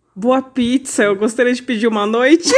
Boa pizza, eu gostaria de pedir uma noite.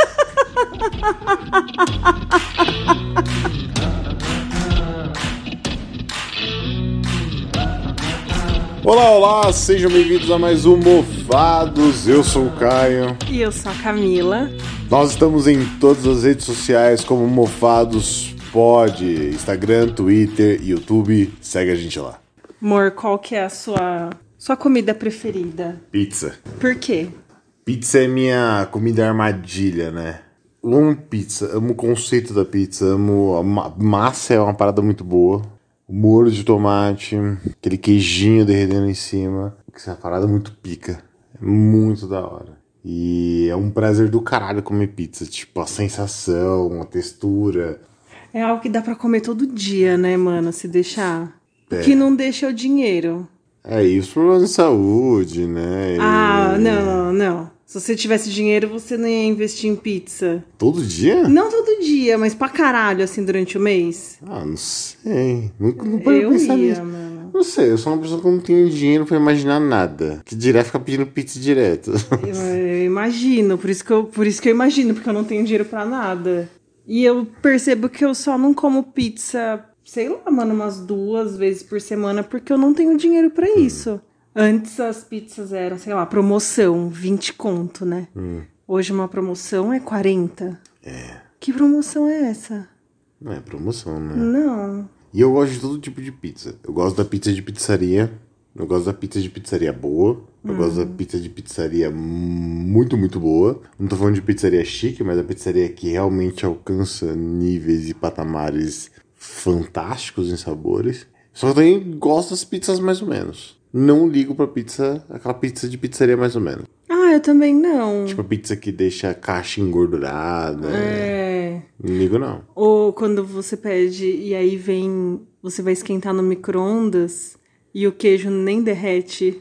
Olá, sejam bem-vindos a mais um Mofados. Eu sou o Caio. E eu sou a Camila. Nós estamos em todas as redes sociais como Mofados Pod, Instagram, Twitter, YouTube. Segue a gente lá. Amor, qual que é a sua comida preferida? Pizza. Por quê? Pizza é minha comida armadilha, né? Eu amo pizza, amo o conceito da pizza, amo a massa, é uma parada muito boa. O molho de tomate, aquele queijinho derretendo em cima. Isso é uma parada muito pica. É muito da hora. E é um prazer do caralho comer pizza. Tipo, a sensação, a textura. É algo que dá pra comer todo dia, né, mano? Se deixar. É. O que não deixa é o dinheiro. É, e os problemas de saúde, né? Ah, não. Se você tivesse dinheiro, você não ia investir em pizza. Todo dia? Não todo dia, mas pra caralho, assim, durante o mês. Ah, não sei. Não parei Eu pensar ia, nisso. mano. Não sei, eu sou uma pessoa que não tem dinheiro pra imaginar nada. Que direto fica pedindo pizza direto. Eu imagino, por isso que eu imagino, porque eu não tenho dinheiro pra nada. E eu percebo que eu só não como pizza, sei lá, mano, umas 2 vezes por semana, porque eu não tenho dinheiro pra isso. Antes as pizzas eram, sei lá, promoção, 20 conto, né? Hoje uma promoção é 40. É. Que promoção é essa? Não é promoção, né? Não. E eu gosto de todo tipo de pizza. Eu gosto da pizza de pizzaria. Eu gosto da pizza de pizzaria boa. Eu gosto da pizza de pizzaria muito, muito boa. Não tô falando de pizzaria chique, mas a pizzaria que realmente alcança níveis e patamares fantásticos em sabores. Só que eu também gosto das pizzas mais ou menos. Não ligo pra pizza, aquela pizza de pizzaria mais ou menos. Ah, eu também não. Tipo a pizza que deixa a caixa engordurada. É. Não ligo, não. Ou quando você pede e aí vem, você vai esquentar no micro-ondas e o queijo nem derrete.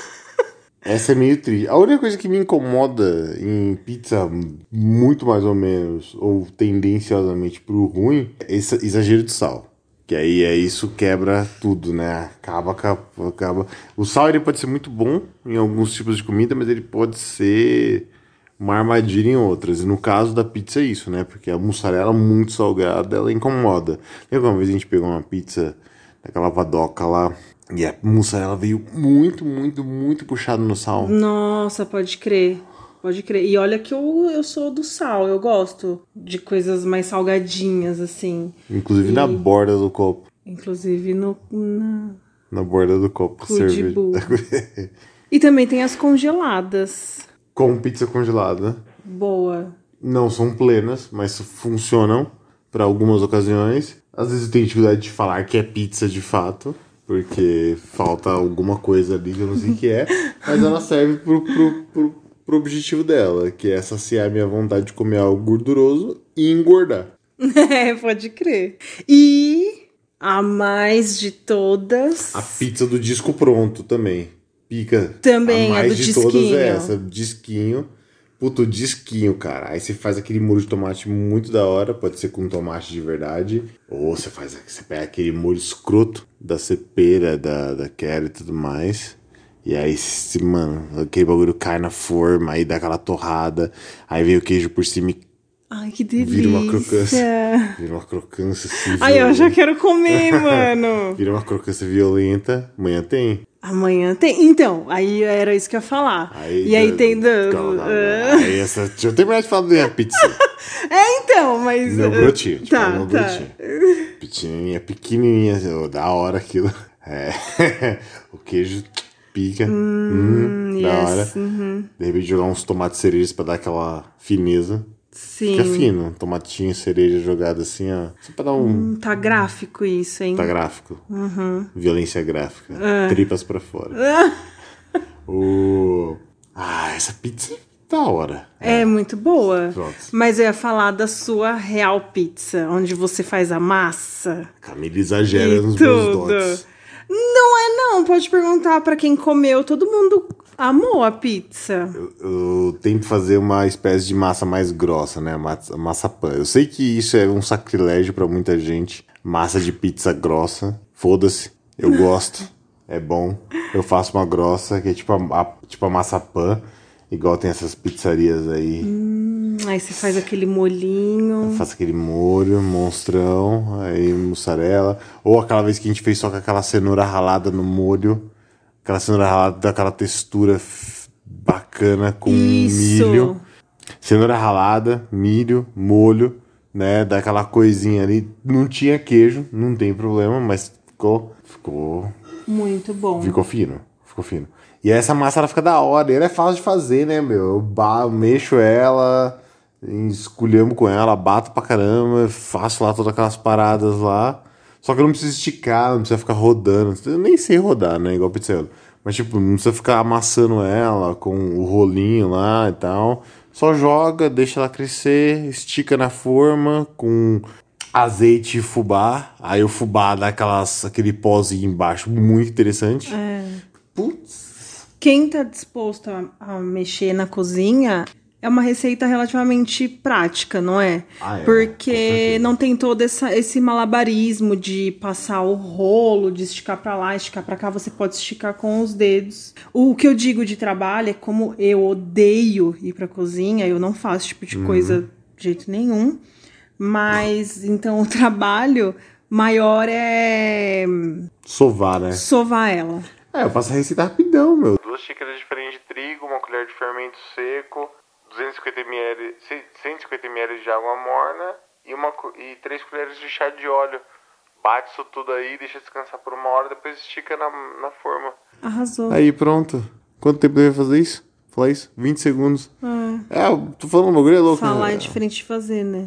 Essa é meio triste. A única coisa que me incomoda em pizza, muito mais ou menos, ou tendenciosamente pro ruim, é esse exagero de sal. Que aí isso quebra tudo, né? Acaba. O sal ele pode ser muito bom em alguns tipos de comida, mas ele pode ser uma armadilha em outras. E no caso da pizza é isso, né? Porque a mussarela muito salgada, ela incomoda. Lembra uma vez a gente pegou uma pizza daquela vadoca lá e a mussarela veio muito, muito, muito puxada no sal. Nossa, pode crer. Pode crer. E olha que eu sou do sal, eu gosto de coisas mais salgadinhas, assim. Inclusive na borda do copo. Inclusive Na borda do copo. cu de burro. E também tem as congeladas. Com pizza congelada. Boa. Não são plenas, mas funcionam para algumas ocasiões. Às vezes eu tenho dificuldade de falar que é pizza de fato, porque falta alguma coisa ali que eu não sei o que é, mas ela serve pro objetivo dela, que é saciar minha vontade de comer algo gorduroso e engordar. É, pode crer. E a mais de todas... A pizza do disco pronto também. Pica. Também, a mais a do de todas disquinho. é essa. Disquinho. Puto, disquinho, cara. Aí você faz aquele molho de tomate muito da hora. Pode ser com tomate de verdade. Ou você pega aquele molho escroto da cepera, da quero e tudo mais. E aí, mano, aquele bagulho cai na forma, aí dá aquela torrada. Aí vem o queijo por cima e Ai, que delícia. vira uma crocância. Vira uma crocância assim. Ai, eu já quero comer, mano. Vira uma crocância violenta. Amanhã tem. Amanhã tem. Então, aí era isso que eu ia falar. E aí tem... Calma. Aí essa... Deixa eu terminar de falar da minha pizza. Então, mas... Meu brotinho. Tá. Meu brotinho. Pequenininha. Da hora aquilo. É. O queijo pica. Da hora. De repente jogar uns tomates cerejas pra dar aquela fineza. Sim. Fica fino. Tomatinho, cereja jogado assim, ó. Só pra dar um... Tá gráfico isso, hein? Tá gráfico. Violência gráfica. Tripas pra fora. Essa pizza é da hora. É muito boa. Pronto. Mas eu ia falar da sua real pizza, onde você faz a massa. Camila exagera E nos meus tudo. dotes. Não é não, pode perguntar pra quem comeu. Todo mundo amou a pizza. Eu tento fazer uma espécie de massa mais grossa, né? Massa pan. Eu sei que isso é um sacrilégio pra muita gente. Massa de pizza grossa. Foda-se. Eu gosto. É bom. Eu faço uma grossa, que é tipo a massa pan. Igual tem essas pizzarias aí. Aí você faz aquele molhinho. Faz aquele molho, monstrão, aí mussarela. Ou aquela vez que a gente fez só com aquela cenoura ralada no molho. Aquela cenoura ralada dá aquela textura bacana com milho. Cenoura ralada, milho, molho, né? Dá aquela coisinha ali. Não tinha queijo, não tem problema, mas ficou muito bom. Ficou fino. E essa massa ela fica da hora. E ela é fácil de fazer, né, meu? Eu mexo ela, esculhamo com ela, bato pra caramba, faço lá todas aquelas paradas lá. Só que eu não preciso esticar, não precisa ficar rodando. Eu nem sei rodar, né? Igual pizzaiolo. Mas, tipo, não precisa ficar amassando ela com o rolinho lá e tal. Só joga, deixa ela crescer, estica na forma com azeite e fubá. Aí o fubá dá aquele pozinho embaixo, muito interessante. Putz. Quem tá disposto a mexer na cozinha... É uma receita relativamente prática, não é? Porque não tem todo esse malabarismo de passar o rolo, de esticar pra lá, esticar pra cá. Você pode esticar com os dedos. O que eu digo de trabalho é como eu odeio ir pra cozinha. Eu não faço esse tipo de coisa de jeito nenhum. Mas, então, o trabalho maior é... sovar, né? Sovar ela. Eu faço a receita rapidão, meu. 2 xícaras de farinha de trigo, 1 colher de fermento seco... 150 ml de água morna e 3 colheres de chá de óleo. Bate isso tudo aí, deixa descansar por 1 hora, depois estica na forma. Arrasou. Aí pronto. Quanto tempo deve fazer isso? Falar isso? 20 segundos. Eu tô falando um bagulho louco. Falar é diferente de fazer, né?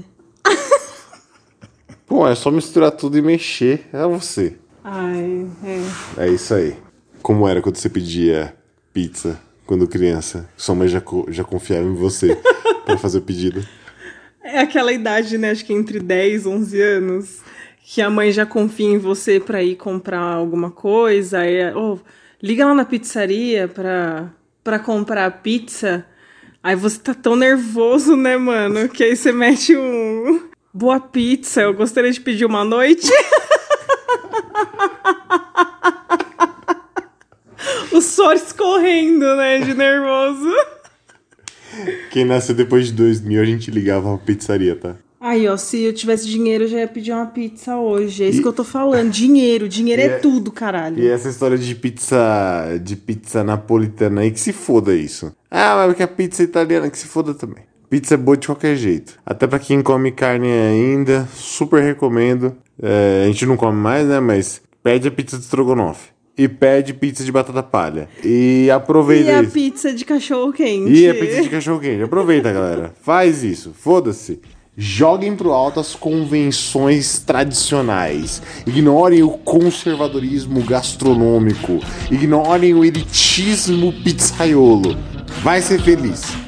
Pô, é só misturar tudo e mexer. É você. É isso aí. Como era quando você pedia pizza? Quando criança, sua mãe já confiava em você pra fazer o pedido. É aquela idade, né? Acho que entre 10 e 11 anos, que a mãe já confia em você pra ir comprar alguma coisa. Aí, liga lá na pizzaria pra comprar pizza. Aí você tá tão nervoso, né, mano? Que aí você mete um... Boa pizza, eu gostaria de pedir uma noite. O suor escorrendo, né, de nervoso. Quem nasceu depois de 2000, a gente ligava pra pizzaria, tá? Aí, se eu tivesse dinheiro, eu já ia pedir uma pizza hoje. É isso que eu tô falando. Dinheiro é tudo, caralho. E essa história de pizza napolitana aí, que se foda isso. Mas porque a pizza italiana, que se foda também. Pizza é boa de qualquer jeito. Até pra quem come carne ainda, super recomendo. A gente não come mais, né, mas pede a pizza de estrogonofe. E pede pizza de batata palha. E aproveita isso. E a pizza de cachorro-quente. Aproveita, galera. Faz isso. Foda-se. Joguem pro alto as convenções tradicionais. Ignorem o conservadorismo gastronômico. Ignorem o elitismo pizzaiolo. Vai ser feliz.